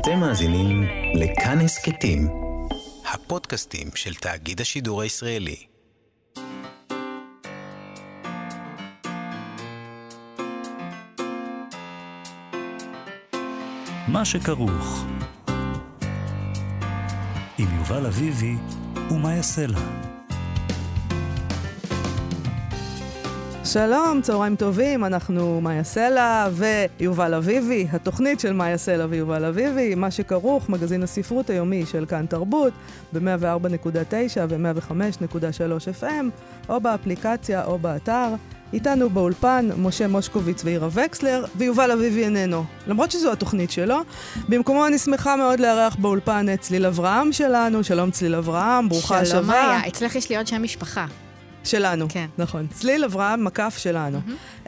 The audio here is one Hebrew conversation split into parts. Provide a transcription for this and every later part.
אתם מאזינים לכאן הסכתים, הפודקאסטים של תאגיד השידור הישראלי. מה שכרוך עם יובל אביבי ומה יעשה לה. שלום, צהריים טובים, אנחנו מה יעשה לה ויובל אביבי, התוכנית של מה יעשה לה ויובל אביבי, מה שכרוך, מגזין הספרות היומי של כאן תרבות, ב-104.9 ו-105.3 FM, או באפליקציה או באתר. איתנו באולפן משה מושקוביץ ואירה וקסלר, ויובל אביבי איננו. למרות שזו התוכנית שלו, במקומו אני שמחה מאוד לארח באולפן את צליל אברהם שלנו. שלום צליל אברהם, ברוכה השבה. שלום מאיה, אצלך יש לי עוד שם משפחה. שלנו, כן. נכון. צליל אברהם, מקף שלנו.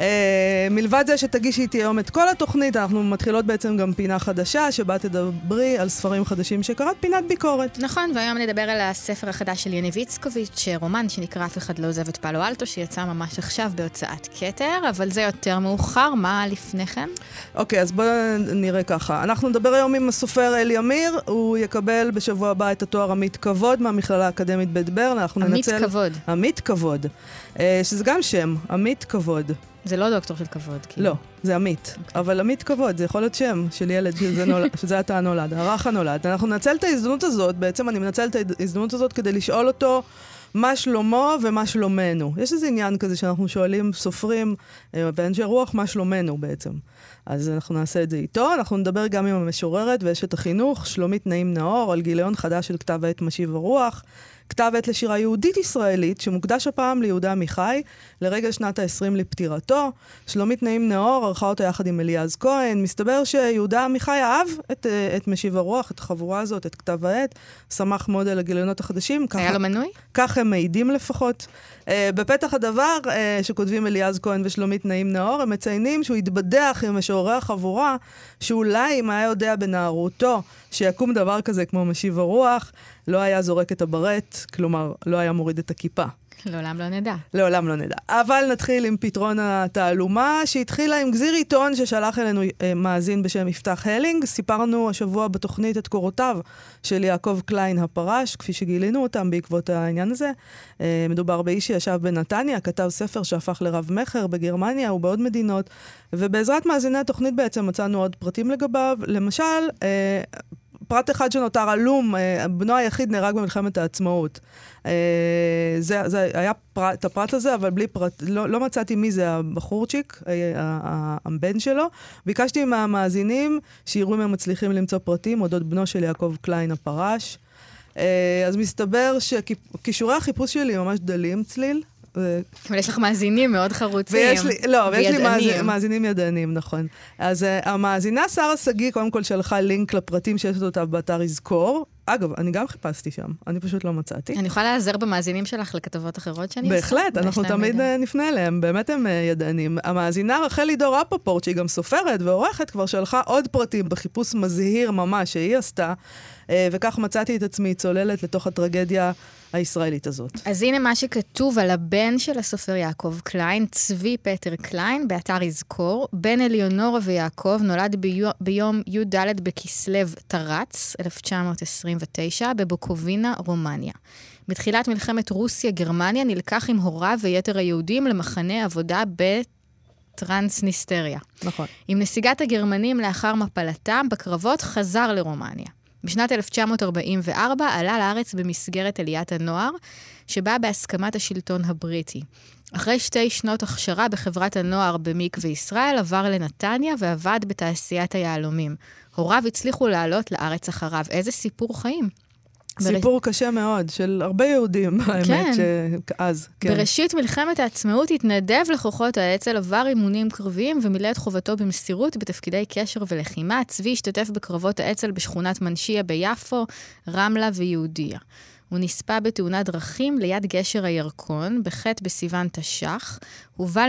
מלבד זה שתגישי איתי היום את כל התוכנית, אנחנו מתחילות בעצם גם פינה חדשה, שבה תדברי על ספרים חדשים שקראת, פינת ביקורת. נכון, והיום נדבר על הספר החדש של יניב איצקוביץ', רומן שנקרא אף אחד לא עוזב את פאלו אלטו, שיצא ממש עכשיו בהוצאת כתר, אבל זה יותר מאוחר. מה לפני כן? אוקיי, אז בואו נראה ככה. אנחנו נדבר היום עם הסופר אלי אמיר, הוא יקבל בשבוע הבא את התואר עמית כבוד מהמכללה האקדמית בית ברל. עמית כבוד. עמית כבוד. שזה גם שם, עמית כבוד. זה לא דוקטור של כבוד. לא, זה עמית. אבל עמית כבוד, זה יכול להיות שם של ילד שזה אתה הנולד, הרך הנולד. אנחנו ננצל את ההזדמנות הזאת, בעצם אני מנצל את ההזדמנות הזאת כדי לשאול אותו מה שלומו ומה שלומנו. יש איזה עניין כזה שאנחנו שואלים סופרים באנשי רוח מה שלומנו בעצם. אז אנחנו נעשה את זה איתו. אנחנו נדבר גם עם המשוררת ואשת החינוך, שלומית נעים נאור, על גיליון חדש של כתב העת משיב הרוח. כתב עת לשירה יהודית ישראלית, שמוקדש הפעם ליהודה עמיחי, לרגע שנת ה-20 לפטירתו. שלומית נעים נאור ערכה אותו יחד עם אליעז כהן. מסתבר שיהודה עמיחי אהב את משיב הרוח, את החבורה הזאת, את כתב העת. שמח מאוד על הגיליונות החדשים. היה לו מנוי? כך הם מעידים לפחות. בפתח הדבר שכותבים אליעז כהן ושלומית נעים נאור, הם מציינים שהוא התבדח עם משוררי החבורה, שאולי אם היה יודע בנערותו שיקום דבר כזה כמו משיב הרוח, לא היה זורק את הברט, כלומר, לא היה מוריד את הכיפה. לעולם לא נדע. לעולם לא נדע. אבל נתחיל עם פתרון התעלומה, שהתחילה עם גזיר עיתון ששלח אלינו מאזין בשם יפתח הלינג. סיפרנו השבוע בתוכנית את קורותיו של יעקב קליין הפרש, כפי שגילינו אותם בעקבות העניין הזה. מדובר באיש שישב בנתניה, כתב ספר שהפך לרב מחר בגרמניה ובעוד מדינות, ובעזרת מאזיני התוכנית בעצם מצאנו עוד פרטים לגביו. למשל, פרט אחד שנותר עלום, בנו היחיד נהרג במלחמת העצמאות. זה היה את הפרט הזה, אבל בלי פרט, לא מצאתי מי זה הבחורצ'יק, הבן שלו. ביקשתי מהמאזינים שיראו אם הם מצליחים למצוא פרטים אודות בנו של יעקב קליין הפרש. אז מסתבר שכישורי החיפוש שלי ממש דלים, צליל. אבל יש לך מאזינים מאוד חרוצים. ויש לי מאזינים ידענים, נכון. אז המאזינה שרה סגי, קודם כל שלחה לינק לפרטים שיש אותה באתר יזכור. אגב, אני גם חיפשתי שם, אני פשוט לא מצאתי. אני יכולה לעזר במאזינים שלך לכתבות אחרות שאני עושה? בהחלט, אנחנו תמיד נפנה אליהם, באמת הם ידענים. המאזינה רחלי דור אפופורט, שהיא גם סופרת ועורכת, כבר שלחה עוד פרטים בחיפוש מזהיר ממש שהיא עשתה, וכך מצאתי את עצמי צוללת לתוך הטרגדיה הישראלית הזאת. אז הנה מה שכתוב על הבן של הסופר יעקב קליין, צבי פטר קליין, באתר יזכור. בן אליונורה ויעקב נולד ביום י"ד בכסלו תרץ, 1929, בבוקובינה, רומניה. בתחילת מלחמת רוסיה-גרמניה נלקח עם הוריו ויתר היהודים למחנה עבודה בטרנסניסטריה. נכון. עם נסיגת הגרמנים לאחר מפלתם בקרבות חזר לרומניה. בשנת 1944 עלה לארץ במסגרת עליית הנוער, שבאה בהסכמת השלטון הבריטי. אחרי 2 שנות הכשרה בחברת הנוער במקווה ישראל, עבר לנתניה ועבד בתעשיית היהלומים. הוריו הצליחו לעלות לארץ אחריו. איזה סיפור חיים. סיפור קשה מאוד, של הרבה יהודים, האמת, שאז. בראשית מלחמת העצמאות התנדב לכוחות האצ"ל, עבר אימונים קרביים ומילא את חובתו במסירות בתפקידי קשר ולחימה. צבי השתתף בקרבות האצ"ל בשכונת מנשיה ביפו, רמלה ויהודיה. הוא נספה בתאונת דרכים ליד גשר הירקון, בחטא בסיוון תש"ח. הובא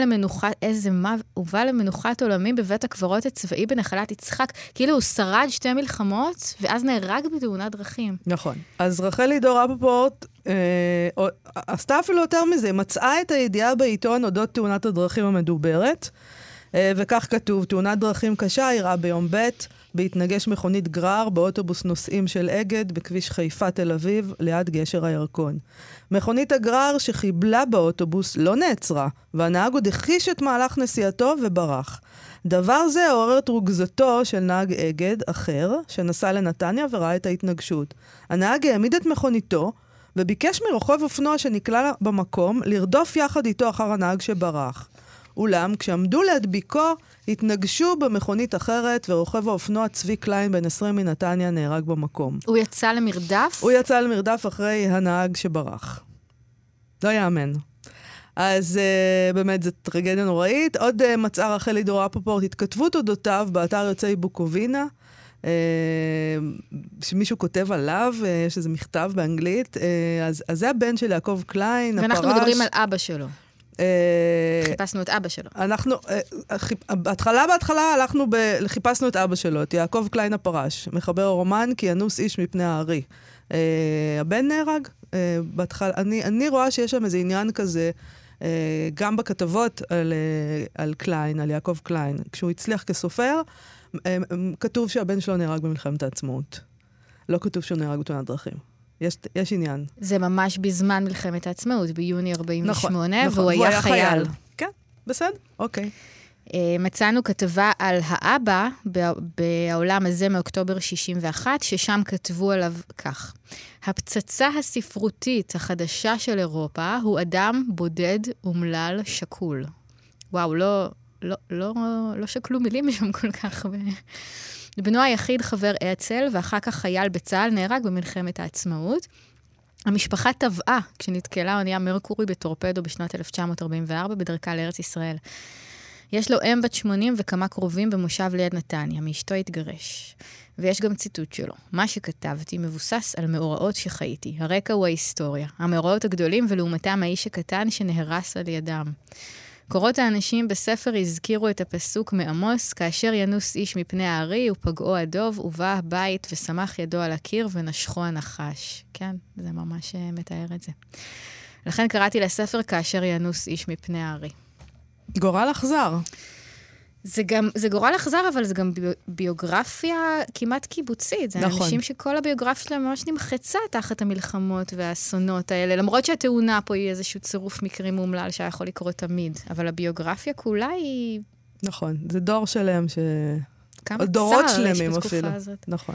למנוחת עולמים בבית הקברות הצבאי בנחלת יצחק. כאילו הוא שרד 2 מלחמות, ואז נהרג בתאונת דרכים. נכון. אז רחלי דור אפופורט עשתה אפילו יותר מזה, מצאה את הידיעה בעיתון אודות תאונת הדרכים המדוברת, וכך כתוב, תאונת דרכים קשה אירעה ביום ב' בהתנגש מכונית גרר באוטובוס נוסעים של אגד בכביש חיפה תל אביב ליד גשר הירקון. מכונית הגרר שחיבלה באוטובוס לא נעצרה, והנהג עוד הכחיש את מהלך נסיעתו וברח. דבר זה עורר את רוגזתו של נהג אגד אחר שנסע לנתניה וראה את ההתנגשות. הנהג העמיד את מכוניתו וביקש מרוכב אופנוע שנקלע במקום לרדוף יחד איתו אחר הנהג שברח. אולם, כשעמדו להדביקו, התנגשו במכונית אחרת, ורוכב האופנוע צבי קליין בן 20 מנתניה נהרג במקום. הוא יצא למרדף? הוא יצא למרדף אחרי הנהג שברח. לא יאמן. אז באמת, זו טרגדיה נוראית. עוד מצאה רחלי דור אפפורט התכתבות אודותיו באתר יוצאי בוקובינה, שמישהו כותב עליו, יש איזה מכתב באנגלית. אז זה הבן של יעקב קליין, הפרש. ואנחנו מדברים על אבא שלו. חיפשנו את אבא שלו. אנחנו, בהתחלה חיפשנו את אבא שלו, את יעקב קליין הפרש, מחבר הרומן כי ינוס איש מפני הארי. הבן נהרג. אני רואה שיש שם איזה עניין כזה, גם בכתבות על קליין, על יעקב קליין. כשהוא הצליח כסופר, כתוב שהבן שלו נהרג במלחמת העצמאות. לא כתוב שהוא נהרג בתאונת דרכים. יש עניין. זה ממש בזמן מלחמת העצמאות, ביוני 48, נכון, והוא היה חייל. כן, בסדר, אוקיי. מצאנו כתבה על האבא בעולם הזה מאוקטובר 61, ששם כתבו עליו כך: הפצצה הספרותית החדשה של אירופה הוא אדם בודד ומלל שקול. וואו, לא שקלו מילים שם כל כך. בנו היחיד חבר אצ"ל, ואחר כך חייל בצה"ל, נהרג במלחמת העצמאות. המשפחה טבעה כשנתקלה אונייה מרקורי בטורפדו בשנת 1944 בדרכה לארץ ישראל. יש לו אם בת 80 וכמה קרובים במושב ליד נתניה, מאשתו התגרש. ויש גם ציטוט שלו. מה שכתבתי מבוסס על מאורעות שחייתי. הרקע הוא ההיסטוריה. המאורעות הגדולים ולעומתם האיש הקטן שנהרס על ידם. קורות האנשים בספר הזכירו את הפסוק מעמוס, כאשר ינוס איש מפני הארי, ופגעו הדוב, ובא הבית ושמח ידו על הקיר ונשכו הנחש. כן, זה ממש מתאר את זה. לכן קראתי לספר כאשר ינוס איש מפני הארי. גורל אכזר. זה גורל אכזר, אבל זה גם ביוגרפיה כמעט קיבוצית. זה נכון. אנשים שכל הביוגרפיה שלהם ממש נמחצה תחת המלחמות והאסונות האלה, למרות שהתאונה פה היא איזשהו צירוף מקרים מומלל שהיה יכול לקרות תמיד. אבל הביוגרפיה כולה היא... נכון, זה דור שלם כמה דורות צער יש שלמים בתקופה אפילו. הזאת. נכון.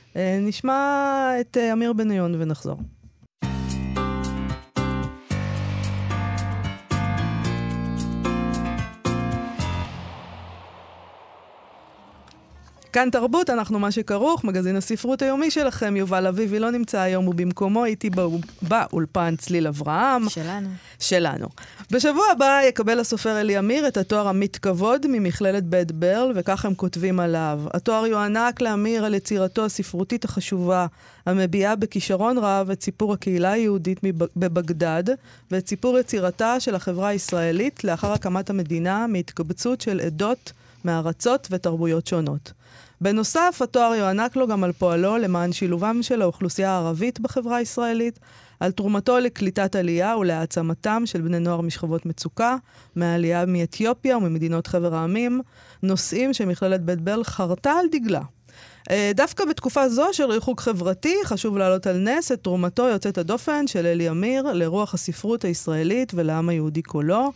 נשמע את אמיר בניון ונחזור. כאן תרבות, אנחנו מה שכרוך, מגזין הספרות היומי שלכם, יובל אביבי לא נמצא היום, ובמקומו איתי באולפן צליל אברהם. שלנו. בשבוע הבא יקבל הסופר אלי אמיר את התואר עמית כבוד ממכללת בית ברל, וכך הם כותבים עליו. התואר יוענק לאמיר על יצירתו הספרותית החשובה, המביעה בכישרון רב את סיפור הקהילה היהודית בבגדד, ואת סיפור יצירתה של החברה הישראלית לאחר הקמת המדינה מהתקבצות של עדות, מארצות ותרבויות שונות. בנוסף, התואר יוענק לו גם על פועלו למען שילובם של האוכלוסייה הערבית בחברה הישראלית, על תרומתו לקליטת עלייה ולהעצמתם של בני נוער משכבות מצוקה, מהעלייה מאתיופיה וממדינות חבר העמים, נושאים שמכללת בית ברל חרתה על דגלה. דווקא בתקופה זו של ריחוק חברתי, חשוב להעלות על נס את תרומתו יוצאת הדופן של אלי אמיר לרוח הספרות הישראלית ולעם היהודי כולו.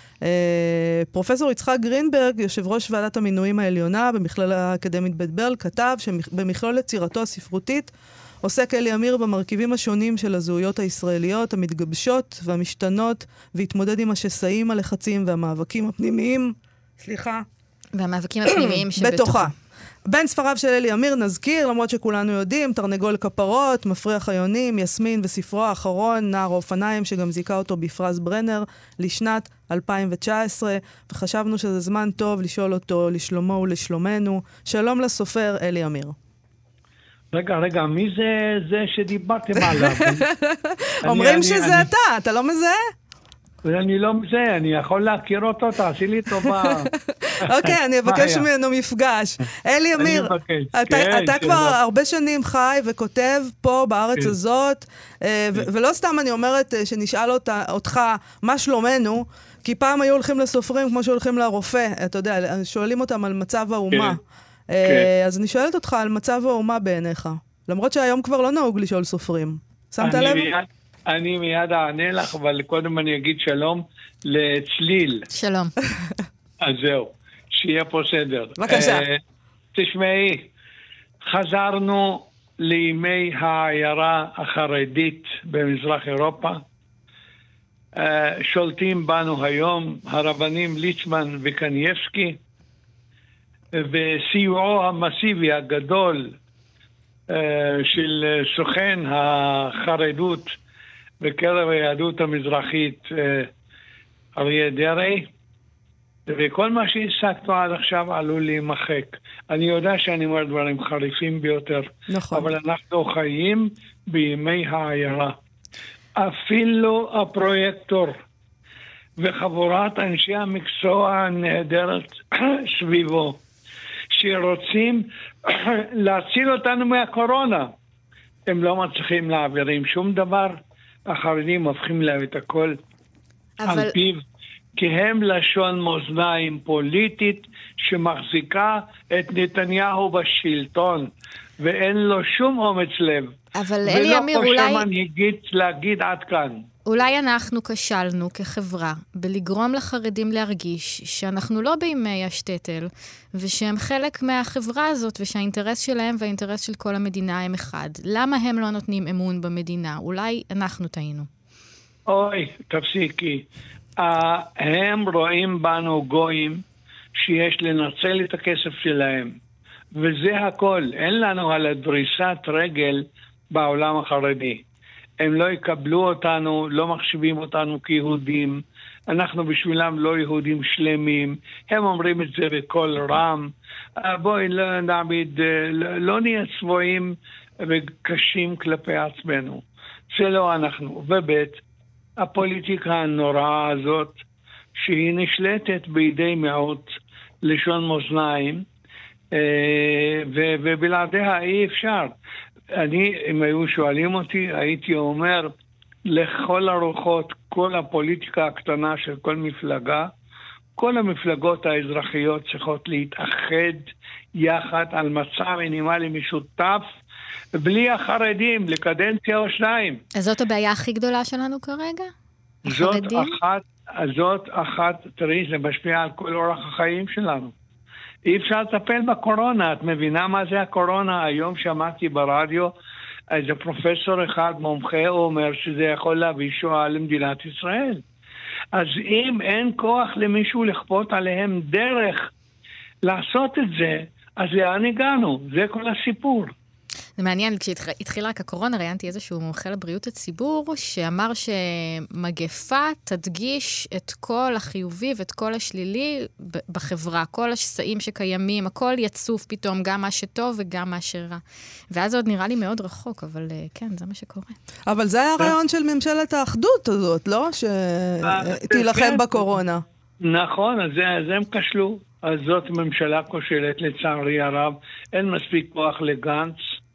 פרופסור יצחק גרינברג, יושב ראש ועדת המינויים העליונה במכללה האקדמית בית ברל, כתב שבמכלול יצירתו הספרותית עוסק אלי אמיר במרכיבים השונים של הזהויות הישראליות, המתגבשות והמשתנות, והתמודד עם השסעים, הלחצים והמאבקים הפנימיים. והמאבקים הפנימיים שבתוכה. בין ספריו של אלי אמיר נזכיר, למרות שכולנו יודעים, תרנגול כפרות, מפריח היונים, יסמין וספרו האחרון, נער האופניים, שגם זיכה אותו בפרס ברנר לשנת 2019, וחשבנו שזה זמן טוב לשאול אותו לשלומו ולשלומנו. שלום לסופר אלי אמיר. רגע, מי זה שדיברתם עליו? אומרים שזה אתה לא מזהה? אני לא מזה, אני יכול להכיר אותו, תעשי לי טובה. אוקיי, אני אבקש ממנו מפגש. אלי אמיר, אתה כבר הרבה שנים חי וכותב פה בארץ הזאת, ולא סתם אני אומרת שנשאל אותך מה שלומנו, כי פעם היו הולכים לסופרים כמו שהולכים לרופא, אתה יודע, שואלים אותם על מצב האומה. אז אני שואלת אותך על מצב האומה בעיניך. למרות שהיום כבר לא נהוג לשאול סופרים. שמת לב? אני מיד אענה לך, אבל קודם אני אגיד שלום לצליל. שלום. אז זהו, שיהיה פה סדר. בבקשה. תשמעי, חזרנו לימי העיירה החרדית במזרח אירופה. שולטים בנו היום הרבנים ליצמן וקנייבסקי, וסיועו המסיבי הגדול של סוכן החרדות בקרב היהדות המזרחית אריה דרעי, וכל מה שהשגנו עד עכשיו עלול להימחק. אני יודע שאני אומר דברים חריפים ביותר, נכון. אבל אנחנו חיים בימי העיירה. אפילו הפרויקטור וחבורת אנשי המקצוע הנהדרת סביבו, שרוצים להציל אותנו מהקורונה, הם לא מצליחים להעבירים שום דבר. החרדים הופכים להם את הכל על פיו, כי הם לשון מאזניים פוליטית שמחזיקה את נתניהו בשלטון, ואין לו שום אומץ לב. אבל אלי אמיר, אולי... ולא מנהיגית להגיד עד כאן. אולי אנחנו כשלנו כחברה בלגרום לחרדים להרגיש שאנחנו לא בימי השטטל, ושהם חלק מהחברה הזאת, ושהאינטרס שלהם והאינטרס של כל המדינה הם אחד. למה הם לא נותנים אמון במדינה? אולי אנחנו טעינו. אוי, תפסיקי. הם רואים בנו גויים שיש לנצל את הכסף שלהם. וזה הכל. אין לנו על הדריסת רגל בעולם החרדי. הם לא יקבלו אותנו, לא מחשיבים אותנו כיהודים. אנחנו בשבילם לא יהודים שלמים. הם אומרים את זה בקול רם. בואי נעמיד, לא נהיה צבועים וקשים כלפי עצמנו. זה לא אנחנו. ובית, הפוליטיקה הנוראה הזאת, שהיא נשלטת בידי מיעוט לשון מאזניים, ובלעדיה אי אפשר. אם היו שואלים אותי, הייתי אומר, לכל הרוחות, כל הפוליטיקה הקטנה של כל מפלגה, כל המפלגות האזרחיות צריכות להתאחד יחד על מצע מינימלי משותף, בלי החרדים, לקדנציה או שניים. אז זאת הבעיה הכי גדולה שלנו כרגע? זאת אחת, תראי, זה משפיע על כל אורח החיים שלנו. אי אפשר לטפל בקורונה, את מבינה מה זה הקורונה? היום שמעתי ברדיו, איזה פרופסור אחד מומחה אומר שזה יכול להביא שואה למדינת ישראל. אז אם אין כוח למישהו לכפות עליהם דרך לעשות את זה, אז לאן הגענו? זה כל הסיפור. זה מעניין, כשהתחילה רק הקורונה, ראיינתי איזשהו מומחה לבריאות הציבור, שאמר שמגפה תדגיש את כל החיובי ואת כל השלילי בחברה, כל השסעים שקיימים, הכל יצוף פתאום, גם מה שטוב וגם מה שרע. ואז זה עוד נראה לי מאוד רחוק, אבל כן, זה מה שקורה. אבל זה היה הרעיון של ממשלת האחדות הזאת, לא? שתילחם בקורונה. נכון, אז הם כשלו. אז זאת ממשלה כושלת לצערי הרב. אין מספיק כוח לגנץ.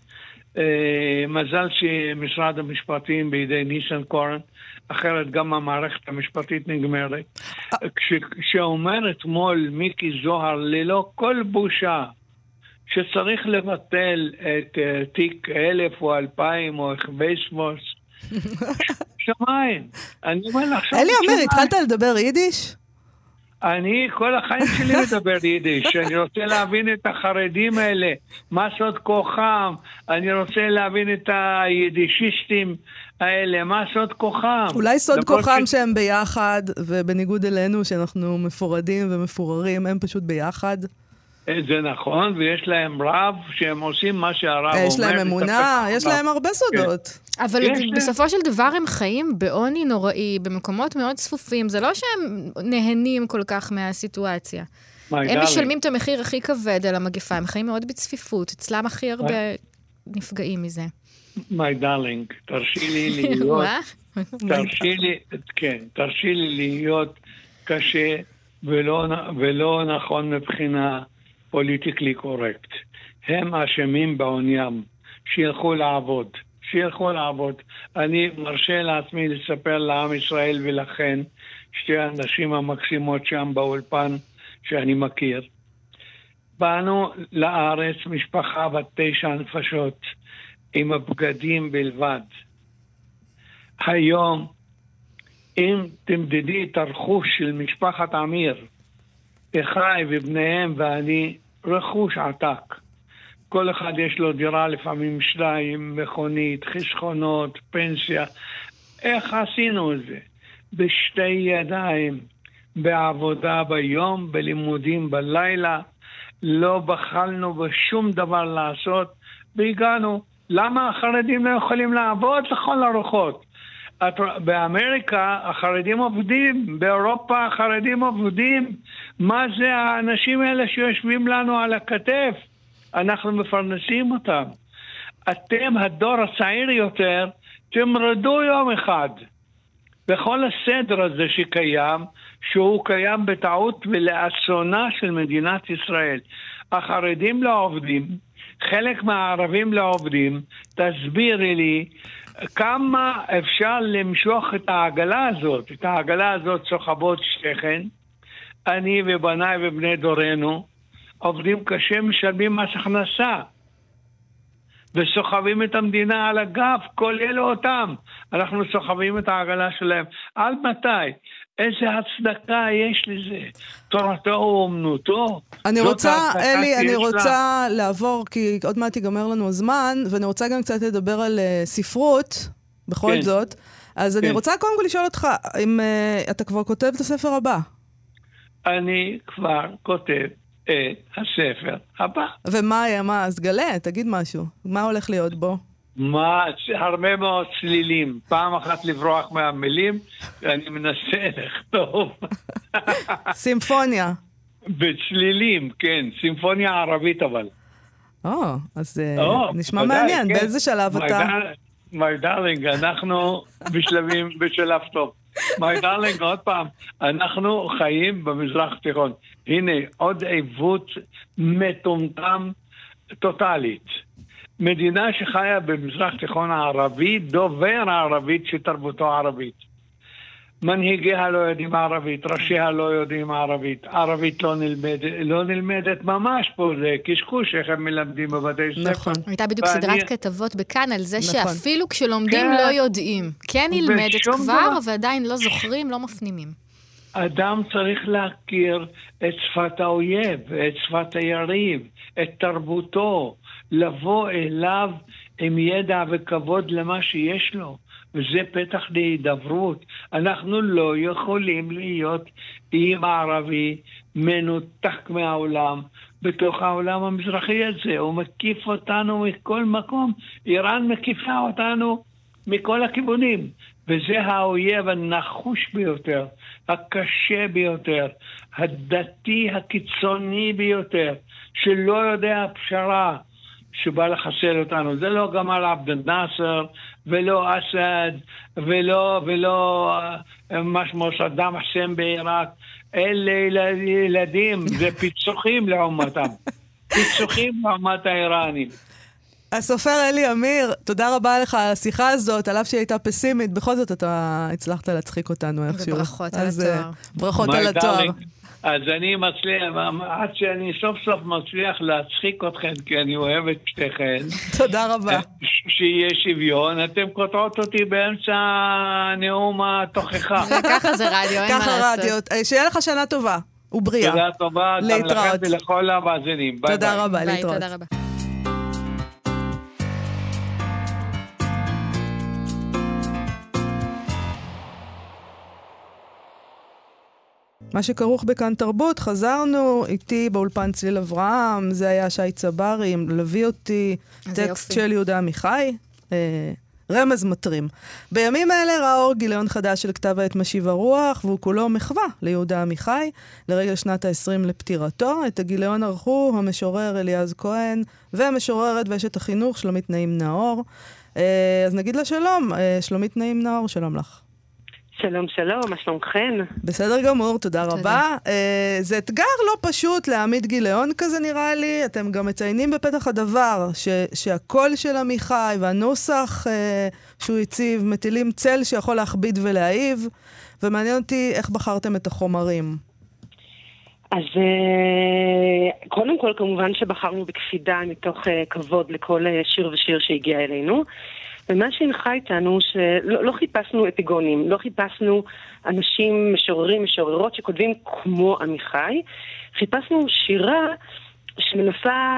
מזל שמשרד המשפטים בידי ניסנקורן, אחרת גם המערכת המשפטית נגמרת. כשאומר אתמול מיקי זוהר ללא כל בושה שצריך לבטל את תיק 1000 או 2000 או 500, שמיים. אני אומר לך, אלי אמיר, התחלת לדבר יידיש? אני כל החיים שלי מדבר יידיש. אני רוצה להבין את החרדים האלה, מה סוד כוחם. אני רוצה להבין את היידישיסטים האלה, מה סוד כוחם. אולי סוד כוחם שהם ביחד, ובניגוד אלינו שאנחנו מפורדים ומפוררים, הם פשוט ביחד. זה נכון, ויש להם רב שהם עושים מה שהרב אומר. יש להם אמונה, יש להם הרבה סודות. אבל בסופו של דבר הם חיים בעוני נוראי, במקומות מאוד צפופים. זה לא שהם נהנים כל כך מהסיטואציה. הם משלמים את המחיר הכי כבד על המגפה, הם חיים מאוד בצפיפות. אצלם הכי הרבה נפגעים מזה. My darling, תרשי לי להיות... תרשי לי להיות קשה ולא נכון מבחינה פוליטיקלי קורקט. הם אשמים בעוניים, שילכו לעבוד. אני מרשה לעצמי לספר לעם ישראל ולכן, שתי האנשים המקסימות שם באולפן שאני מכיר. באנו לארץ משפחה בת 9 נפשות, עם הבגדים בלבד. היום, אם תמדדי את הרכוש של משפחת עמיר, אחי ובניהם ואני, רכוש עתק. כל אחד יש לו דירה, לפעמים 2, מכונית, חסכונות, פנסיה. איך עשינו את זה? בשתי ידיים, בעבודה ביום, בלימודים בלילה, לא בחלנו בשום דבר לעשות, והגענו. למה החרדים לא יכולים לעבוד לכל הרוחות? באמריקה החרדים עובדים, באירופה החרדים עובדים. מה זה האנשים האלה שיושבים לנו על הכתף? אנחנו מפרנסים אותם. אתם, הדור הצעיר יותר, תמרדו יום אחד. בכל הסדר הזה שקיים, שהוא קיים בטעות ולאסונה של מדינת ישראל. החרדים לא עובדים, חלק מהערבים לא עובדים. תסבירי לי, כמה אפשר למשוך את העגלה הזאת? את העגלה הזאת סוחבות שתיכן. אני ובניי ובני דורנו עובדים קשה, משלמים מס הכנסה. וסוחבים את המדינה על הגב, כל אלה אותם. אנחנו סוחבים את העגלה שלהם. על מתי? איזה הצדקה יש לזה? תורתו ואומנותו? אני רוצה, אלי, אני רוצה לעבור, כי עוד מעט ייגמר לנו הזמן, ואני רוצה גם קצת לדבר על ספרות, בכל זאת. אז אני רוצה קודם כל לשאול אותך, אם אתה כבר כותב את הספר הבא? אני כבר כותב את הספר הבא. ומה היה? מה? אז גלה, תגיד משהו. מה הולך להיות בו? הרבה מאוד צלילים. פעם אחת לברוח מהמילים, ואני מנסה לכתוב. סימפוניה. בצלילים, כן. סימפוניה ערבית אבל. אז נשמע מעניין. באיזה שלב אתה? My darling, אנחנו בשלב טוב. My darling, עוד פעם, אנחנו חיים במזרח תיכון. הנה, עוד עיוות מטומטם טוטלית. מדינה שחיה במזרח תיכון הערבי, דובר הערבית שתרבותו ערבית. מנהיגיה לא יודעים ערבית, ראשיה לא יודעים ערבית. ערבית לא נלמדת ממש פה, זה קשקוש איך הם מלמדים בבתי ספר. נכון. הייתה בדיוק סדרת כתבות בכאן על זה שאפילו כשלומדים לא יודעים. כן נלמדת כבר, ועדיין לא זוכרים, לא מפנימים. אדם צריך להכיר את שפת האויב, את שפת היריב, את תרבותו, לבוא אליו עם ידע וכבוד למה שיש לו. וזה פתח להידברות. אנחנו לא יכולים להיות עם ערבי מנותק מהעולם, בתוך העולם המזרחי הזה. הוא מקיף אותנו מכל מקום. איראן מקיפה אותנו מכל הכיוונים. וזה האויב הנחוש ביותר, הקשה ביותר, הדתי הקיצוני ביותר, שלא יודע פשרה, שבא לחסל אותנו. זה לא גמל עבד אל-נאצר, ולא אסד, ולא משמו סדאם חוסיין בעיראק. אלה ילדים, זה פיצוחים לעומתם. פיצוחים לעומת האיראנים. הסופר אלי אמיר, תודה רבה לך על השיחה הזאת, על אף שהיא הייתה פסימית, בכל זאת אתה הצלחת להצחיק אותנו איכשהו. וברכות על התואר. ברכות על התואר. אז אני מצליח, עד שאני סוף סוף מצליח להצחיק אתכם, כי אני אוהב את שתיכן. תודה רבה. שיהיה שוויון. אתם קוטעות אותי באמצע נאום התוכחה. ככה זה רדיו, אין מה לעשות. שיהיה לך שנה טובה ובריאה. תודה טובה. להתראות. ולכל המאזינים. ביי ביי. תודה רבה, להתראות. תודה רבה. מה שכרוך בכאן תרבות, חזרנו איתי באולפן צליל אברהם, זה היה שי צברי, לביא אותי, טקסט של יהודה עמיחי, רמז מטרים. בימים אלה ראה אור גיליון חדש של כתב העת משיב הרוח, והוא כולו מחווה ליהודה עמיחי, לרגל שנת ה-20 לפטירתו. את הגיליון ערכו המשורר אליעז כהן, והמשוררת ואשת החינוך שלומית נעים נאור. אז נגיד לה שלום, שלומית נעים נאור, שלום לך. שלום, שלום, מה שלומכן? בסדר גמור, תודה רבה. זה אתגר לא פשוט להעמיד גיליון כזה נראה לי. אתם גם מציינים בפתח הדבר שהקול של עמיחי והנוסח שהוא הציב מטילים צל שיכול להכביד ולהעיב, ומעניין אותי איך בחרתם את החומרים. אז קודם כל כמובן שבחרנו בקפידה מתוך כבוד לכל שיר ושיר שהגיע אלינו. ומה שהנחה איתנו שלא חיפשנו אפיגונים, לא חיפשנו אנשים משוררים, משוררות שכותבים כמו עמיחי. חיפשנו שירה שמנסה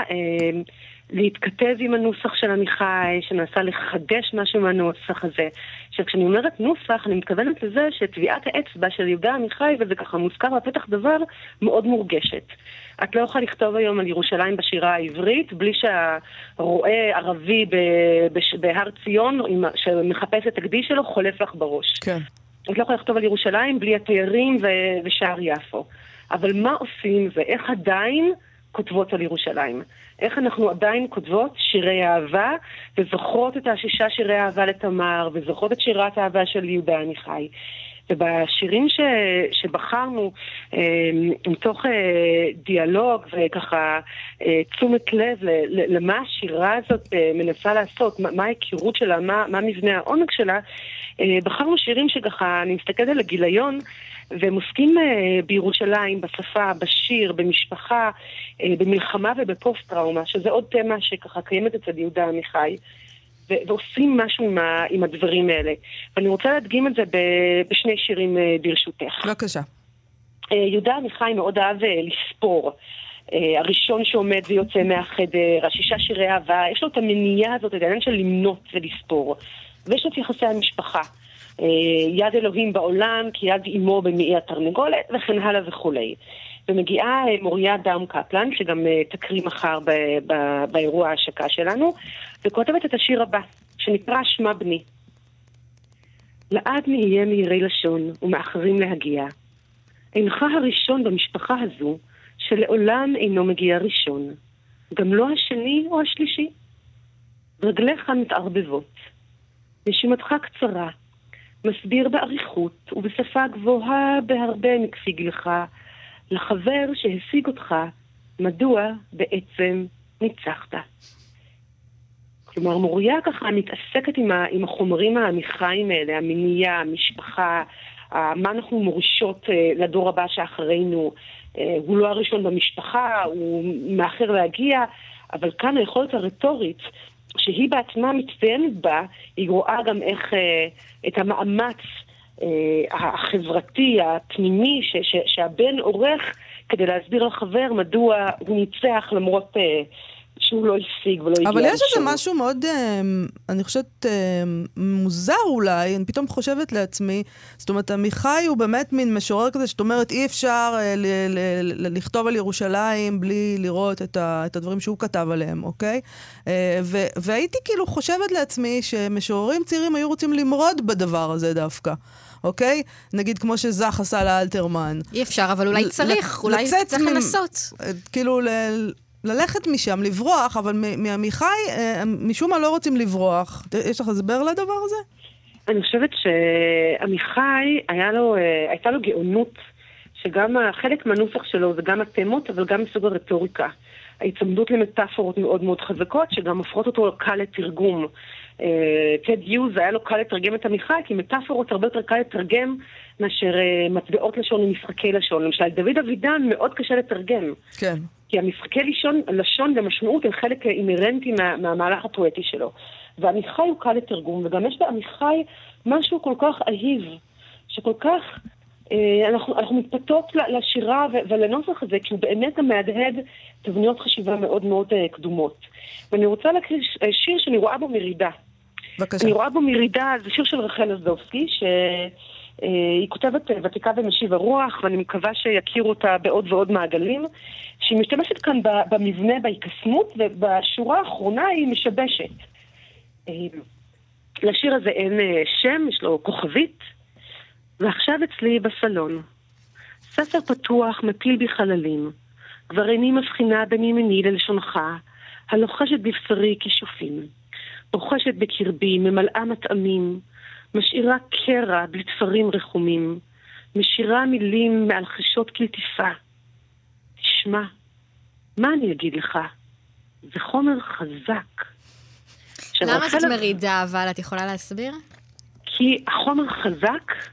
להתכתב עם הנוסח של עמיחי, שמנסה לחדש משהו מהנוסח הזה. כשאני אומרת נוסח, אני מתכוונת לזה שטביעת האצבע של יהודה עמיחי, וזה ככה מוזכר בפתח דבר, מאוד מורגשת. את לא יכולה לכתוב היום על ירושלים בשירה העברית, בלי שהרואה ערבי בהר ציון, שמחפש את הקדיש שלו, חולף לך בראש. כן. את לא יכולה לכתוב על ירושלים בלי התיירים ושער יפו. אבל מה עושים ואיך עדיין כותבות על ירושלים? איך אנחנו עדיין כותבות שירי אהבה, וזוכרות את 6 שירי אהבה לתמר, וזוכרות את שירת האהבה של יהודה עמיחי. ובשירים שבחרנו, מתוך דיאלוג וככה תשומת לב למה השירה הזאת מנסה לעשות, מה ההיכרות שלה, מה מבנה העונג שלה, בחרנו שירים שככה, אני מסתכלת על הגיליון, והם עוסקים בירושלים, בשפה, בשיר, במשפחה, במלחמה ובפוסט-טראומה, שזה עוד תמה שככה קיימת אצל יהודה עמיחי, ועושים משהו עם הדברים האלה. ואני רוצה להדגים את זה בשני שירים ברשותך. בבקשה. יהודה עמיחי מאוד אהב לספור. הראשון שעומד ויוצא מהחדר, 6 שירי אהבה, יש לו את המניעה הזאת, את העניין של למנות ולספור. ויש לו את יחסי המשפחה. יד אלוהים בעולם, כי יד אמו במעי התרנגולת, וכן הלאה וכולי. ומגיעה מוריה דאום קפלן, שגם תקריא מחר באירוע ההשקה שלנו, וכותבת את השיר הבא, שנקרא שמע בני. לעד נהיה מהירי לשון ומאחרים להגיע. אינך הראשון במשפחה הזו, שלעולם אינו מגיע ראשון. גם לא השני או השלישי. רגליך מתערבבות. נשימתך קצרה. מסביר בעריכות ובשפה גבוהה בהרבה מכפי גילך, לחבר שהשיג אותך, מדוע בעצם ניצחת. כלומר, מוריה ככה מתעסקת עם החומרים העמיחיים האלה, המניעה, המשפחה, מה אנחנו מורשות לדור הבא שאחרינו. הוא לא הראשון במשפחה, הוא מאחר להגיע, אבל כאן היכולת הרטורית, שהיא בעצמה מצטיינת בה, היא רואה גם איך את המאמץ החברתי, הפנימי, שהבן עורך כדי להסביר לחבר מדוע הוא ניצח למרות שהוא לא השיג ולא הגיע. אבל יש איזה משהו מאוד, אני חושבת, מוזר אולי, אני פתאום חושבת לעצמי, זאת אומרת, עמיחי הוא באמת מין משורר כזה, שאת אומרת, אי אפשר לכתוב על ירושלים בלי לראות את הדברים שהוא כתב עליהם, אוקיי? והייתי כאילו חושבת לעצמי שמשוררים צעירים היו רוצים למרוד בדבר הזה דווקא. אוקיי? נגיד כמו שזך עשה לאלתרמן. אי אפשר, אבל אולי צריך, אולי צריך לנסות. כאילו ללכת משם, לברוח, אבל מעמיחי, משום מה לא רוצים לברוח. יש לך הסבר לדבר הזה? אני חושבת שעמיחי הייתה לו גאונות, שגם חלק מהנוסח שלו זה גם התמות, אבל גם מסוג הרטוריקה. ההצמדות למטאפורות מאוד מאוד חזקות, שגם הופכות אותו קל לתרגום. טד יוז היה לו קל לתרגם את עמיחי, כי מטאפורות הרבה יותר קל לתרגם מאשר מטבעות לשון ומשחקי לשון. למשל, דוד אבידן מאוד קשה לתרגם. כן. כי המשחקי לשון ומשמעות הם חלק אינרנטי מהמהלך הפואטי שלו. ועמיחי הוא קל לתרגום, וגם יש בעמיחי משהו כל כך אהיב, שכל כך אנחנו מתפתות לשירה ולנוסח הזה, כי הוא באמת גם מהדהד תבניות חשיבה מאוד מאוד קדומות. ואני רוצה להקריא שיר שאני רואה בו מרידה. בבקשה. אני רואה בו מרידה, זה שיר של רחל עזובסקי, שהיא כותבת ותיקה במשיב הרוח, ואני מקווה שיכירו אותה בעוד ועוד מעגלים, שהיא משתמשת כאן במבנה, בהיקסמות, ובשורה האחרונה היא משבשת. לשיר הזה אין שם, יש לו כוכבית, ועכשיו אצלי בסלון. ספר פתוח מפיל בי חללים, כבר איני מבחינה בין ימיני ללשונך, הלוחשת בבשרי כישופים, רוחשת בקרבי, ממלאה מטעמים, משאירה קרע בלי תפרים רחומים, משאירה מילים מעל חשות כלטיפה. תשמע, מה אני אגיד לך? זה חומר חזק. למה זאת מרידה, אבל את יכולה להסביר? כי החומר חזק,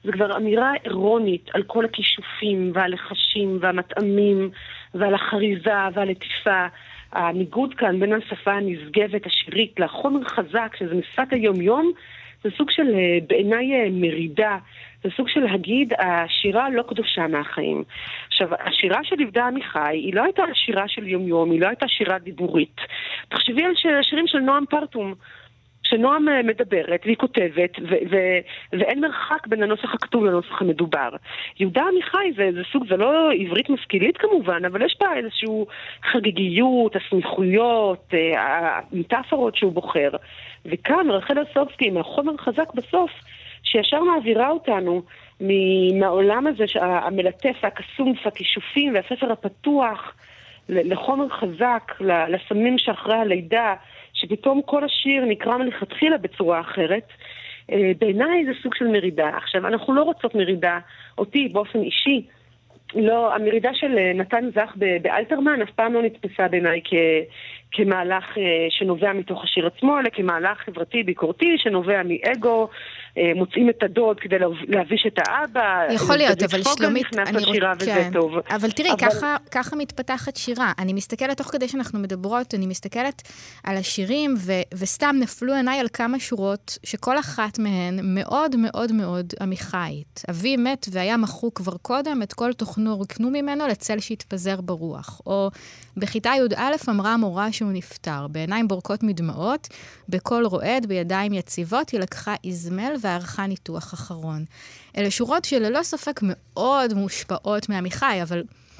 זה כבר אמירה אירונית על כל הכישופים והלחשים והמטעמים ועל החריזה והלטיפה. הניגוד כאן בין השפה הנשגבת, השירית, לחומר חזק, שזה משפת היום-יום, זה סוג של, בעיניי, מרידה. זה סוג של להגיד, השירה לא קדושה מהחיים. עכשיו, השירה של יהודה עמיחי, היא לא הייתה שירה של יום-יום, היא לא הייתה שירה דיבורית. תחשבי על שירים של נועם פרטום, שנועם מדברת והיא כותבת, ואין מרחק בין הנוסח הכתוב לנוסח המדובר. יהודה עמיחי זה סוג, זה לא עברית משכילית כמובן, אבל יש בה איזשהו חגיגיות, הסמיכויות, המטאפורות שהוא בוחר. וכאן רחל אסובסקי, מהחומר חזק בסוף, שישר מעבירה אותנו מהעולם הזה, המלטף, הקסום, הכישופים והספר הפתוח, לחומר חזק, לסמים שאחרי הלידה, שפתאום כל השיר נקרא מלכתחילה בצורה אחרת. בעיניי זה סוג של מרידה. עכשיו, אנחנו לא רוצות מרידה, אותי באופן אישי, לא, המרידה של נתן זך באלתרמן אף פעם לא נתפסה בעיניי כמהלך שנובע מתוך השיר עצמו, אלא כמהלך חברתי ביקורתי שנובע מאגו, מוצאים את הדוד כדי להביש את האבא. יכול להיות, אבל שלומית, כן. אבל תראי, ככה מתפתחת שירה. אני מסתכלת תוך כדי שאנחנו מדברות, אני מסתכלת על השירים, וסתם נפלו עיניי על כמה שורות, שכל אחת מהן מאוד מאוד מאוד עמיחית. אבי מת והיה מחו כבר קודם, את כל תוכנו רקנו ממנו לצל שהתפזר ברוח. או בכיתה י"א אמרה המורה שהוא נפטר, בעיניים בורקות מדמעות, בקול רועד, בידיים יציבות, היא לקחה איזמל וערכה ניתוח אחרון. אלה שורות שללא ספק מאוד מושפעות מעמיחי, אבל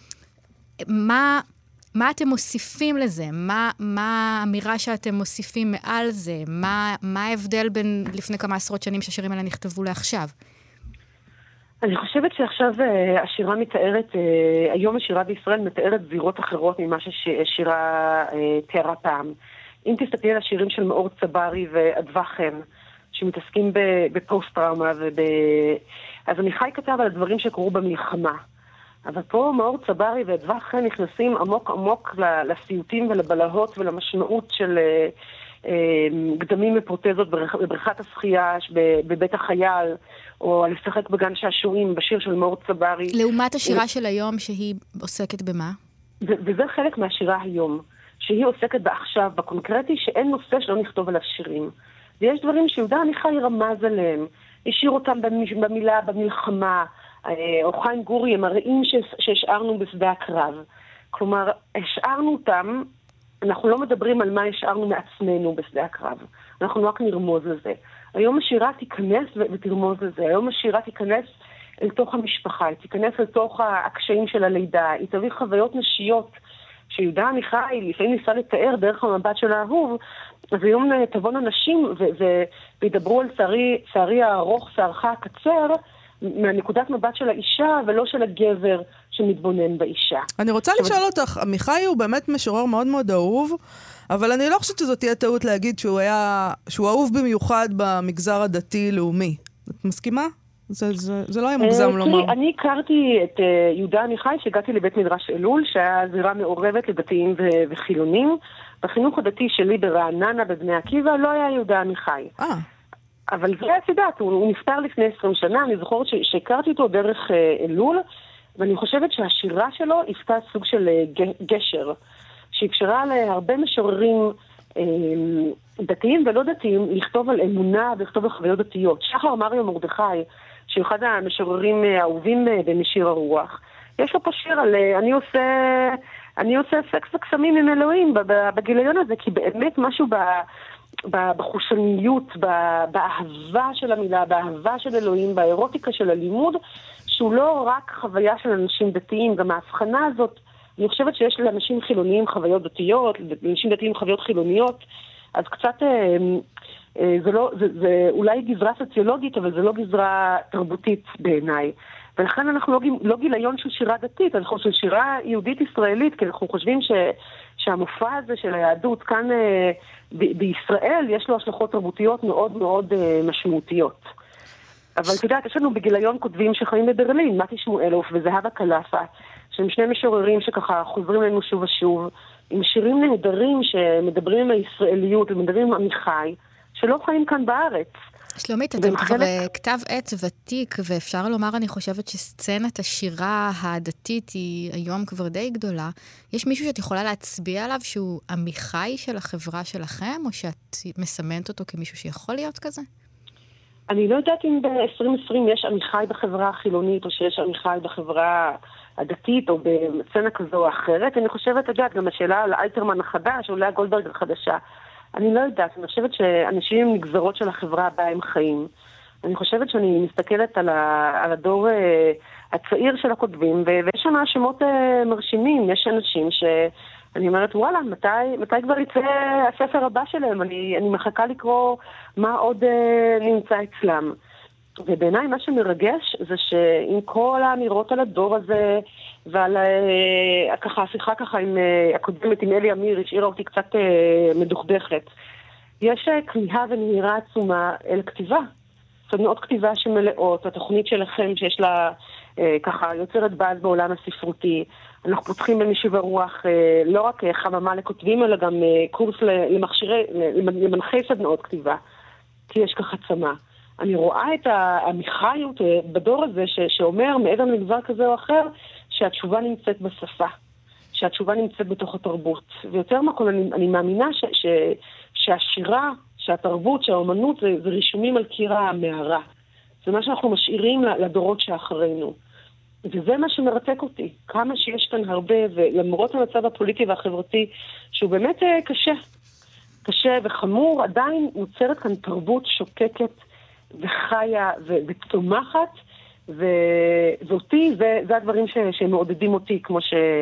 מה אתם מוסיפים לזה? מה האמירה שאתם מוסיפים מעל זה? מה ההבדל בין לפני כמה עשרות שנים שהשירים האלה נכתבו לעכשיו? אני חושבת שעכשיו השירה מתארת, היום השירה בישראל מתארת זירות אחרות ממה ששירה תיארה פעם. אם תסתכלי על השירים של מאור צברי ואדווה חן, שמתעסקים בפוסט-טראומה, אז עמיחי כתב על הדברים שקורו במלחמה. אבל פה מאור צברי ואדווה חן נכנסים עמוק עמוק לסיוטים ולבלהות ולמשמעות של קדמים ופרוטזות בבריכת השחייה בבית החייל, או לשחק בגן שעשועים בשיר של מאור צברי. לעומת השירה של היום שהיא עוסקת במה? וזה חלק מהשירה היום, שהיא עוסקת בעכשיו, בקונקרטי, שאין נושא שלא נכתוב עליו שירים. ויש דברים שיהודה עמיחי רמז עליהם, השאיר אותם במילה, במלחמה, או חיים גורי, הם הרעים שהשארנו בשדה הקרב. כלומר, השארנו אותם, אנחנו לא מדברים על מה השארנו מעצמנו בשדה הקרב. אנחנו רק נרמוז לזה. היום השירה תיכנס ותרמוז לזה. היום השירה תיכנס אל תוך המשפחה, היא תיכנס אל תוך הקשיים של הלידה, היא תביא חוויות נשיות שיהודה עמיחי לפעמים ניסה לתאר דרך המבט של האהוב, אז היום תבואנה נשים וידברו על שערי הארוך, שערך הקצר, מהנקודת מבט של האישה ולא של הגבר שמתבונן באישה. אני רוצה לשאול אותך, עמיחי הוא באמת משורר מאוד מאוד אהוב, אבל אני לא חושבת שזאת תהיה טעות להגיד שהוא אהוב במיוחד במגזר הדתי-לאומי. את מסכימה? זה לא היה מוגזם לומר. אני הכרתי את יהודה עמיחי שהגעתי לבית מדרש אלול, שהיה זירה מעורבת לדתיים וחילונים. בחינוך הדתי שלי ברעננה בבני עקיבא לא היה יהודה עמיחי. אבל זה היה סידת, הוא נפטר לפני 20 שנה, אני זוכרת שהכרתי אותו דרך אלול, ואני חושבת שהשירה שלו הפתה סוג של גשר, שאפשרה להרבה משוררים דתיים ולא דתיים לכתוב על אמונה ולכתוב על חוויות דתיות. שחר מריו מרדכי, שהוא אחד המשוררים האהובים במשיר הרוח, יש לו פה שיר על אני עושה סקס וקסמים עם אלוהים בגיליון הזה, כי באמת משהו בחושניות, באהבה של המילה, באהבה של אלוהים, באירוטיקה של הלימוד, שהוא לא רק חוויה של אנשים דתיים, גם ההבחנה הזאת, אני חושבת שיש לאנשים חילוניים חוויות דתיות, לאנשים דתיים חוויות חילוניות, אז קצת, זה אולי גזרה סוציולוגית, אבל זה לא גזרה תרבותית בעיניי. ולכן אנחנו לא גיליון של שירה דתית, אנחנו של שירה יהודית ישראלית, כי אנחנו חושבים שהמופע הזה של היהדות כאן בישראל יש לו השלכות תרבותיות מאוד מאוד משמעותיות. אבל אתה יודעת, יש לנו בגיליון כותבים שחיים בברלין, מתי שמואלוף וזהבה קלפה, שהם שני משוררים שככה חוזרים לנו שוב ושוב, עם שירים נהדרים שמדברים עם הישראליות ומדברים עם עמיחי, שלא חיים כאן בארץ. שלומית, אתם כבר כתב עת ותיק, ואפשר לומר, אני חושבת שסצנת השירה הדתית היא היום כבר די גדולה. יש מישהו שאת יכולה להצביע עליו שהוא עמיחי של החברה שלכם, או שאת מסמנת אותו כמישהו שיכול להיות כזה? אני לא יודעת אם ב-2020 יש עמיחי בחברה החילונית, או שיש עמיחי בחברה הדתית, או בסצנה כזו או אחרת. אני חושבת, יודעת, גם השאלה על אלתרמן החדש, או לאה גולדברג החדשה. אני לא יודעת, אני חושבת שאנשים עם נגזרות של החברה הבאה הם חיים. אני חושבת שאני מסתכלת על הדור הצעיר של הכותבים, ויש שם שמות מרשימים. יש אנשים שאני אומרת, וואלה, מתי כבר יצא הספר הבא שלהם? אני מחכה לקרוא מה עוד נמצא אצלם. ובעיניי מה שמרגש זה שעם כל האמירות על הדור הזה, ועל ככה, השיחה ככה עם הקודמת עם אלי אמיר, השאירה אותי קצת מדוכדכת. יש כמיהה ונהירה עצומה אל כתיבה. סדנאות כתיבה שמלאות, התוכנית שלכם שיש לה ככה יוצרת באז בעולם הספרותי. אנחנו פותחים במשיב הרוח לא רק חממה לכותבים, אלא גם קורס למנחי סדנאות כתיבה. כי יש ככה צמא. אני רואה את העמיחיות בדור הזה שאומר מעבר לדבר כזה או אחר, שהתשובה נמצאת בשפה, שהתשובה נמצאת בתוך התרבות. ויותר מהכל אני מאמינה שהשירה, שהתרבות, שהאומנות זה רישומים על קיר המערה. זה מה שאנחנו משאירים לדורות שאחרינו. וזה מה שמרתק אותי. כמה שיש כאן הרבה, ולמרות המצב הפוליטי והחברתי, שהוא באמת קשה וחמור, עדיין נוצרת כאן תרבות שוקקת וחיה וצומחת, ואותי, זה הדברים שמעודדים אותי, כמו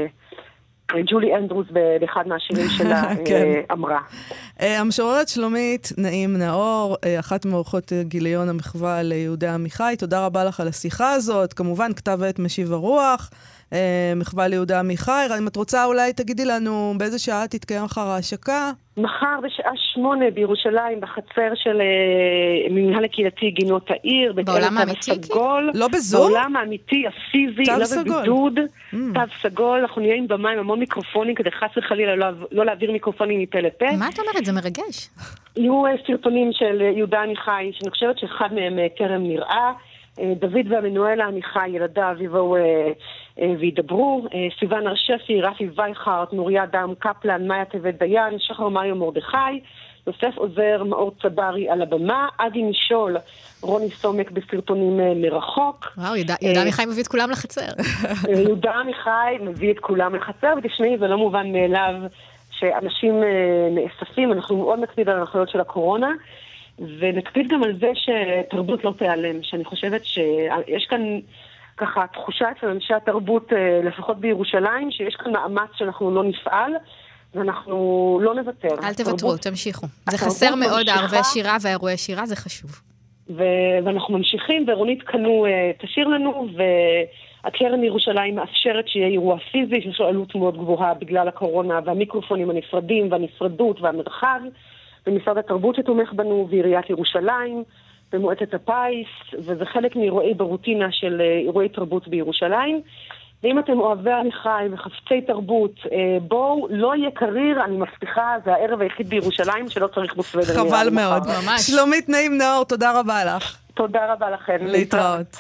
שג'ולי אנדרוס באחד מהשירים שלה אמרה. המשוררת שלומית נעים נאור, אחת מאורחות גיליון המחווה ליהודה עמיחי, תודה רבה לך על השיחה הזאת, כמובן כתב עת משיב הרוח, מחווה ליהודה עמיחי. אם את רוצה אולי תגידי לנו באיזה שעה תתקיים אחר ההשקה? מחר בשעה 8 בירושלים, בחצר של מנהל הקהילתי גינות העיר. בעולם האמיתי? לא בזום? בעולם האמיתי, הפיזי, לא בבידוד. תו סגול, אנחנו נהיה עם במה עם המון מיקרופונים, כדי חס וחלילה לא להעביר מיקרופונים מפה לפה. מה את אומרת? זה מרגש. יהיו סרטונים של יהודה עמיחי, שאני חושבת שאחד מהם טרם נראה. דוד והמנואל עמיחי, ילדיו, יבואו וידברו. סיוון הרשפי, רפי וייכרט, נוריה דם קפלן, מאיה טבת דיין, שחר מריו מרדכי, יוסף עוזר, מאור צברי על הבמה, עדי משול, רוני סומק בסרטונים מרחוק. וואו, יהודה עמיחי מביא את כולם לחצר. יהודה עמיחי מביא את כולם לחצר, ותשמעי, זה לא מובן מאליו שאנשים נאספים, אנחנו מאוד נקפיד על ההנחיות של הקורונה, ונקפיד גם על זה שתרבות לא תיעלם, שאני חושבת שיש כאן ככה תחושה אצל אנשי התרבות, לפחות בירושלים, שיש כאן מאמץ שאנחנו לא נפעל, ואנחנו לא נוותר. אל תוותרו, תמשיכו. זה חסר מאוד, הערבי שירה והאירועי שירה, זה חשוב. ואנחנו ממשיכים, ורונית קנו תשאיר לנו, והקרן ירושלים מאפשרת שיהיה אירוע פיזי, שיש לו עלות מאוד גבוהה בגלל הקורונה, והמיקרופונים הנפרדים, והנפרדות, והמרחב, ומשרד התרבות שתומך בנו, ועיריית ירושלים, ומועצת הפיס, וזה חלק מאירועי ברוטינה של אירועי תרבות בירושלים. ואם אתם אוהבי עמיחי וחפצי תרבות, בואו, לא יהיה קריר, אני מבטיחה, זה הערב היחיד בירושלים שלא צריך בו סוודר. חבל מאוד, ממש. שלומית נעים נאור, תודה רבה לך. תודה רבה לכם. להתראות.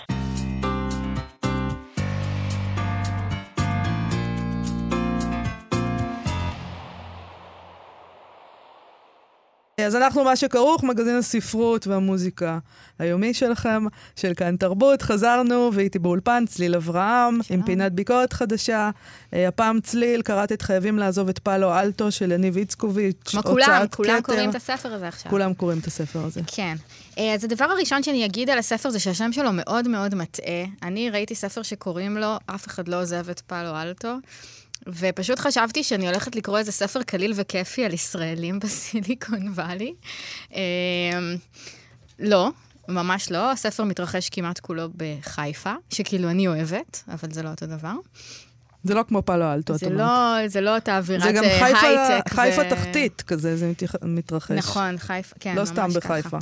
אז אנחנו מה שכרוך, מגזין הספרות והמוזיקה היומי שלכם, של כאן תרבות. חזרנו ואיתי באולפן צליל אברהם, עם פינת ביקורת חדשה. הפעם צליל, קראתי את חייבים לעזוב את פאלו אלטו של יניב איצקוביץ'. כמו כולם קוראים את הספר הזה עכשיו. כולם קוראים את הספר הזה. כן. אז הדבר הראשון שאני אגיד על הספר זה שהשם שלו מאוד מאוד מטעה. אני ראיתי ספר שקוראים לו אף אחד לא עוזב את פאלו אלטו. ופשוט חשבתי שאני הולכת לקרוא איזה ספר קליל וכיפי על ישראלים בסיליקון ואלי. לא, ממש לא. הספר מתרחש כמעט כולו בחיפה, שכאילו אני אוהבת, אבל זה לא אותו דבר. זה לא כמו פאלו אלטו, את אומרת. זה לא אותה אווירת הייטק. זה גם חיפה תחתית כזה, זה מתרחש. נכון, חיפה, כן, ממש ככה. לא סתם בחיפה.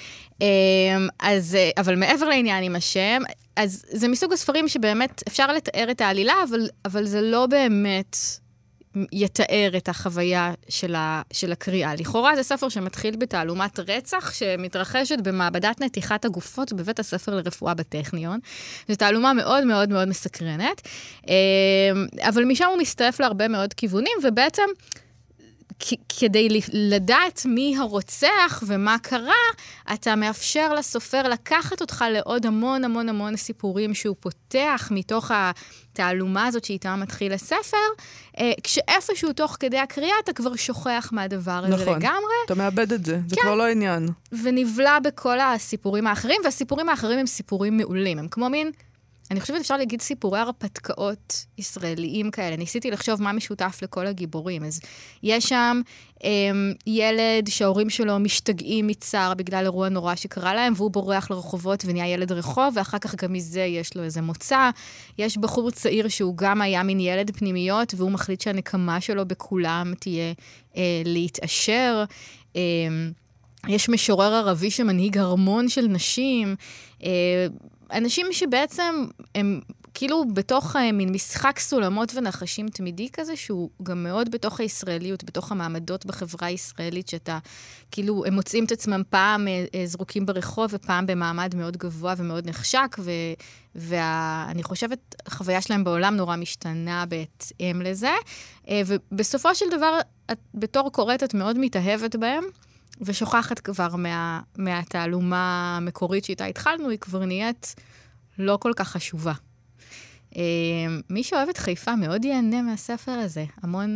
אבל מעבר לעניין עם השם, אז זה מסוג הספרים שבאמת אפשר לתאר את העלילה, אבל זה לא באמת יתאר את החוויה של הקריאה. לכאורה זה ספר שמתחיל בתעלומת רצח, שמתרחשת במעבדת נתיחת הגופות בבית הספר לרפואה בטכניון. זו תעלומה מאוד מאוד מאוד מסקרנת, אבל משם הוא מסתעף להרבה מאוד כיוונים, ובעצם כדי לדעת מי הרוצח ומה קרה, אתה מאפשר לסופר לקחת אותך לעוד המון המון המון סיפורים שהוא פותח מתוך התעלומה הזאת שאיתה מתחיל הספר, כשאיפשהו תוך כדי הקריאה אתה כבר שוכח מהדבר הזה לגמרי. נכון, אתה מאבד את זה, זה כבר לא עניין. ונבלע בכל הסיפורים האחרים, והסיפורים האחרים הם סיפורים מעולים, הם כמו מין, אני חושבת אפשר להגיד סיפורי הרפתקאות ישראליים כאלה. ניסיתי לחשוב מה משותף לכל הגיבורים. אז יש שם ילד שההורים שלו משתגעים מצער בגלל אירוע נורא שקרה להם, והוא בורח לרחובות ונהיה ילד רחוב, ואחר כך גם מזה יש לו איזה מוצא. יש בחור צעיר שהוא גם היה מין ילד פנימיות, והוא מחליט שהנקמה שלו בכולם תהיה להתעשר. יש משורר ערבי שמנהיג הרמון של נשים. אנשים שבעצם הם כאילו בתוך מין משחק סולמות ונחשים תמידי כזה, שהוא גם מאוד בתוך הישראליות, בתוך המעמדות בחברה הישראלית, שאתה כאילו, הם מוצאים את עצמם פעם זרוקים ברחוב, ופעם במעמד מאוד גבוה ומאוד נחשק, ואני חושבת, החוויה שלהם בעולם נורא משתנה בהתאם לזה, ובסופו של דבר, בתור קוראת, את מאוד מתאהבת בהם, ושוכחת כבר מהתעלומה המקורית שאיתה התחלנו, היא כבר נהיית לא כל כך חשובה. מי שאוהב את חיפה מאוד ייהנה מהספר הזה.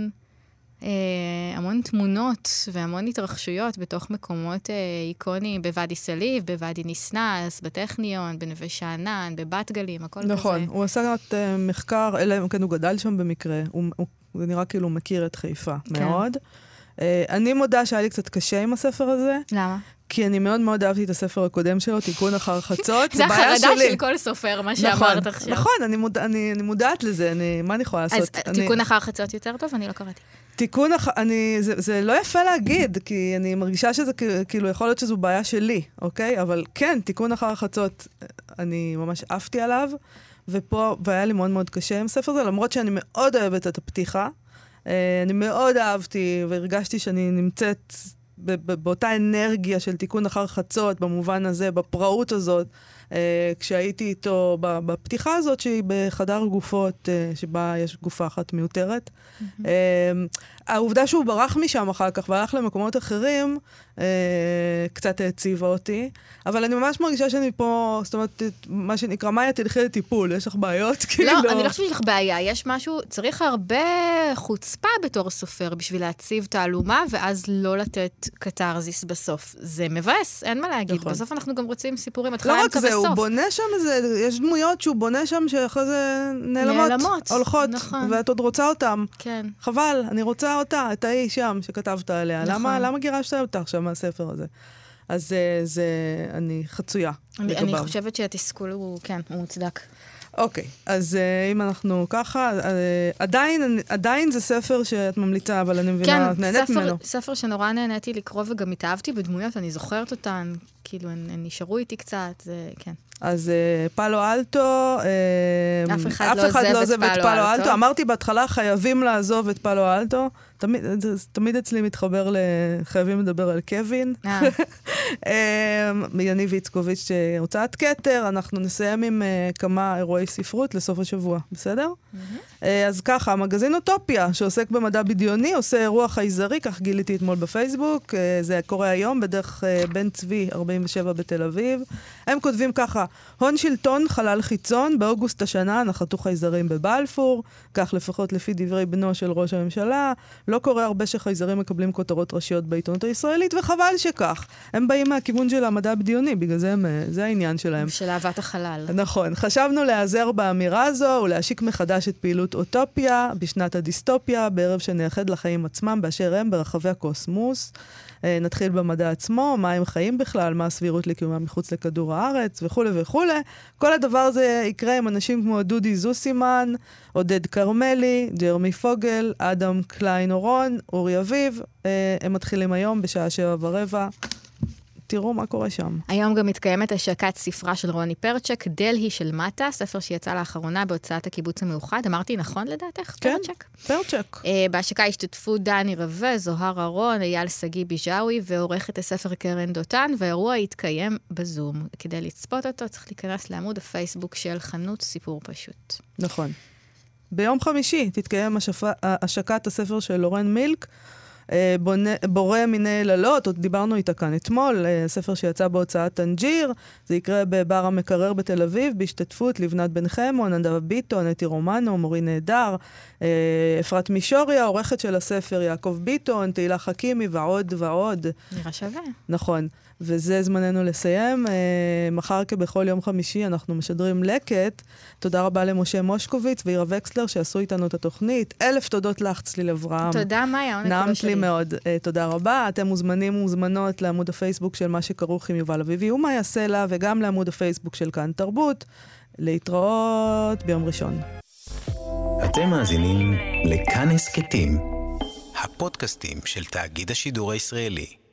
המון תמונות והמון התרחשויות בתוך מקומות איקוניים, בוואדי סליב, בוואדי ניסנס, בטכניון, בנווה שאנן, בבת גלים, הכל כזה. נכון, הוא עשה מחקר, אלא כן, הוא גדל שם במקרה, זה נראה כאילו הוא מכיר את חיפה מאוד. אני מודה שהיה לי קצת קשה עם הספר הזה. למה? כי אני מאוד מאוד אהבתי את הספר הקודם שלו, תיקון אחר חצות. זה החרדה של כל סופר, מה שאמרת עכשיו. נכון, אני מודעת לזה, מה אני יכולה לעשות? אז תיקון אחר חצות יותר טוב? אני לא קראתי. תיקון אחר, זה לא יפה להגיד, כי אני מרגישה שזה כאילו יכול להיות שזו בעיה שלי, אוקיי? אבל כן, תיקון אחר חצות, אני ממש עפתי עליו, והיה לי מאוד מאוד קשה עם הספר הזה, למרות שאני מאוד אוהבת את הפתיחה. אני מאוד אהבתי והרגשתי שאני נמצאת באותה אנרגיה של תיקון אחר חצות, במובן הזה, בפראות הזאת, כשהייתי איתו בפתיחה הזאת, שהיא בחדר גופות, שבה יש גופה אחת מיותרת. העובדה שהוא ברח משם אחר כך והלך למקומות אחרים, קצת הציבה אותי, אבל אני ממש מרגישה שאני פה, זאת אומרת, מה שנקרא, מאיה, תלכי לטיפול, יש לך בעיות? לא, אני לא חושבת שיש לך בעיה, יש משהו, צריך הרבה חוצפה בתור סופר בשביל להציב תעלומה, ואז לא לתת קטרזיס בסוף. זה מבאס, אין מה להגיד. בסוף אנחנו גם רוצים סיפורים, התחלה אמצע בסוף. לא רק זה, הוא בונה שם איזה, יש דמויות שהוא בונה שם שאחרי זה נעלמות, הולכות, ואת עוד רוצה אותם. כן. חבל, אני רוצה אותה, את האי שם שכתבת עליה. למה גירשת אותה עכשיו מהספר הזה? אז אני חצויה. אני חושבת שהתסכול הוא, כן, הוא מוצדק. אוקיי, אז אם אנחנו ככה, עדיין זה ספר שאת ממליצה, אבל אני מבינה, את נהנית ממנו. כן, ספר שנורא נהניתי לקרוא וגם התאהבתי בדמויות, אני זוכרת אותן, כאילו, הן נשארו איתי קצת, זה, כן. אז פאלו אלטו, אף אחד לא עוזב את פאלו אלטו. אמרתי בהתחלה, חייבים לעזוב את פאלו אלטו. תמיד אצלי מתחבר חייבים לדבר על קווין. יניב איצקוביץ' הוצאת כתר, אנחנו נסיים עם כמה אירועי ספרות לסוף השבוע, בסדר? אז ככה, המגזין אוטופיה, שעוסק במדע בדיוני, עושה אירוע חייזרי, כך גיליתי אתמול בפייסבוק, זה קורה היום בדרך בן צבי 47 בתל אביב. הם כותבים ככה, הון שלטון חלל חיצון, באוגוסט השנה נחתו חייזרים בבלפור, כך לפחות לפי דברי בנו של ראש הממשלה, לא קורה הרבה שחייזרים מקבלים כותרות ראשיות בעיתונות הישראלית, וחבל שכך. הם באים מהכיוון של המדע הבדיוני, בגלל זה העניין שלהם. של אהבת החלל. נכון. חשבנו להיעזר באמירה הזו, ולהשיק מחדש את פעילות אוטופיה, בשנת הדיסטופיה, בערב שנייחד לחיים עצמם, באשר הם ברחבי הקוסמוס. נתחיל במדע עצמו, מה הם חיים בכלל, מה הסבירות לקיומם מחוץ לכדור הארץ, וכו' וכו'. כל הדבר הזה יקרה עם אנשים כמו דודי זוסימן, עודד קרמלי, ג'רמי פוגל, אדם קליין אורון, אורי אביב. הם מתחילים היום בשעה 7:15. תראו מה קורה שם. היום גם מתקיימת השקת ספרה של רוני פרצ'ק, דלהי של מטה, ספר שיצא לאחרונה בהוצאת הקיבוץ המאוחד. אמרתי נכון לדעתך? כן, פרצ'ק? פרצ'ק. בהשקה השתתפו דני רווה, זוהר ארון, אייל סגי ביג'אווי, ועורכת הספר קרן דותן, והאירוע יתקיים בזום. כדי לצפות אותו צריך להיכנס לעמוד הפייסבוק של חנות סיפור פשוט. נכון. ביום חמישי תתקיים השקת הספר של לורן מילק, בורא מיני לילות, עוד דיברנו איתה כאן אתמול, ספר שיצא בהוצאת טנג'יר, זה יקרה בבר המקרר בתל אביב, בהשתתפות לבנת בן חמון, נדב ביטון, אתי רומנו, מורי נהדר, אפרת מישוריה, עורכת של הספר יעקב ביטון, תהילה חכימי ועוד ועוד. נראה שווה. נכון. וזה זמננו לסיים. מחר כבכל יום חמישי אנחנו משדרים לקט. תודה רבה למשה מושקוביץ ואירה וקסלר שעשו איתנו את התוכנית. 1000 תודות לך, צליל אברהם. תודה, מאיה, עונג כולו נעמת לי מאוד. תודה רבה. אתם מוזמנים ומוזמנות לעמוד הפייסבוק של מה שכרוך עם יובל אביבי ומאיה סלע, וגם לעמוד הפייסבוק של כאן תרבות. להתראות ביום ראשון. אתם מאזינים לכאן הסכתים, הפודקאסטים של תאגיד השידור הישראלי.